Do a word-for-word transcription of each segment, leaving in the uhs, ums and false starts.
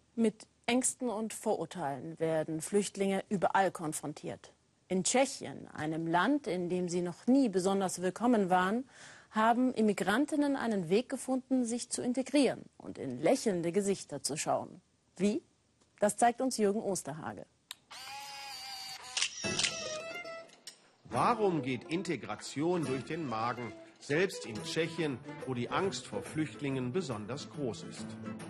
Mit Ängsten und Vorurteilen werden Flüchtlinge überall konfrontiert. In Tschechien, einem Land, in dem sie noch nie besonders willkommen waren, haben Immigrantinnen einen Weg gefunden, sich zu integrieren und in lächelnde Gesichter zu schauen. Wie? Das zeigt uns Jürgen Osterhage. Warum geht Integration durch den Magen, selbst in Tschechien, wo die Angst vor Flüchtlingen besonders groß ist?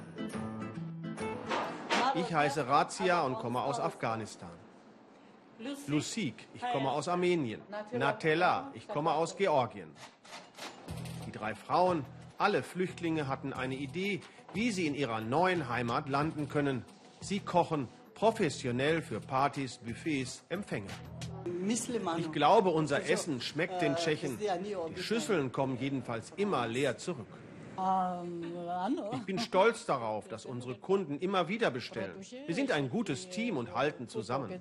Ich heiße Razia und komme aus Afghanistan. Lusik, ich komme aus Armenien. Natella, ich komme aus Georgien. Die drei Frauen, alle Flüchtlinge, hatten eine Idee, wie sie in ihrer neuen Heimat landen können. Sie kochen professionell für Partys, Buffets, Empfänge. Ich glaube, unser Essen schmeckt den Tschechen. Die Schüsseln kommen jedenfalls immer leer zurück. Ich bin stolz darauf, dass unsere Kunden immer wieder bestellen. Wir sind ein gutes Team und halten zusammen.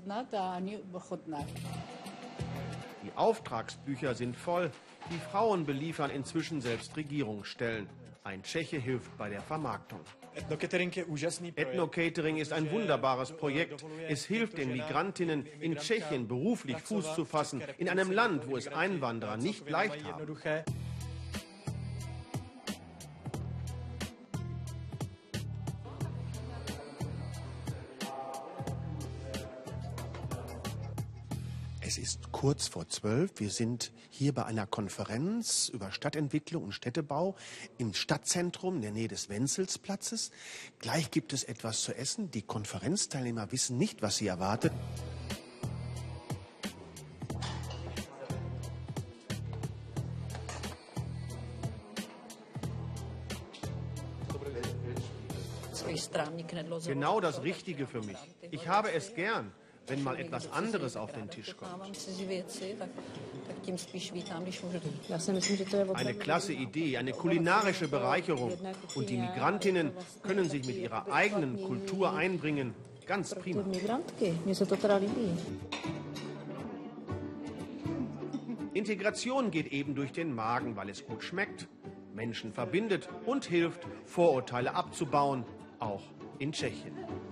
Die Auftragsbücher sind voll. Die Frauen beliefern inzwischen selbst Regierungsstellen. Ein Tscheche hilft bei der Vermarktung. Ethno-Catering ist ein wunderbares Projekt. Es hilft den Migrantinnen, in Tschechien beruflich Fuß zu fassen, in einem Land, wo es Einwanderer nicht leicht haben. Es ist kurz vor zwölf. Wir sind hier bei einer Konferenz über Stadtentwicklung und Städtebau im Stadtzentrum in der Nähe des Wenzelsplatzes. Gleich gibt es etwas zu essen. Die Konferenzteilnehmer wissen nicht, was sie erwartet. Genau das Richtige für mich. Ich habe es gern, wenn mal etwas anderes auf den Tisch kommt. Eine klasse Idee, eine kulinarische Bereicherung. Und die Migrantinnen können sich mit ihrer eigenen Kultur einbringen. Ganz prima. Integration geht eben durch den Magen, weil es gut schmeckt, Menschen verbindet und hilft, Vorurteile abzubauen, auch in Tschechien.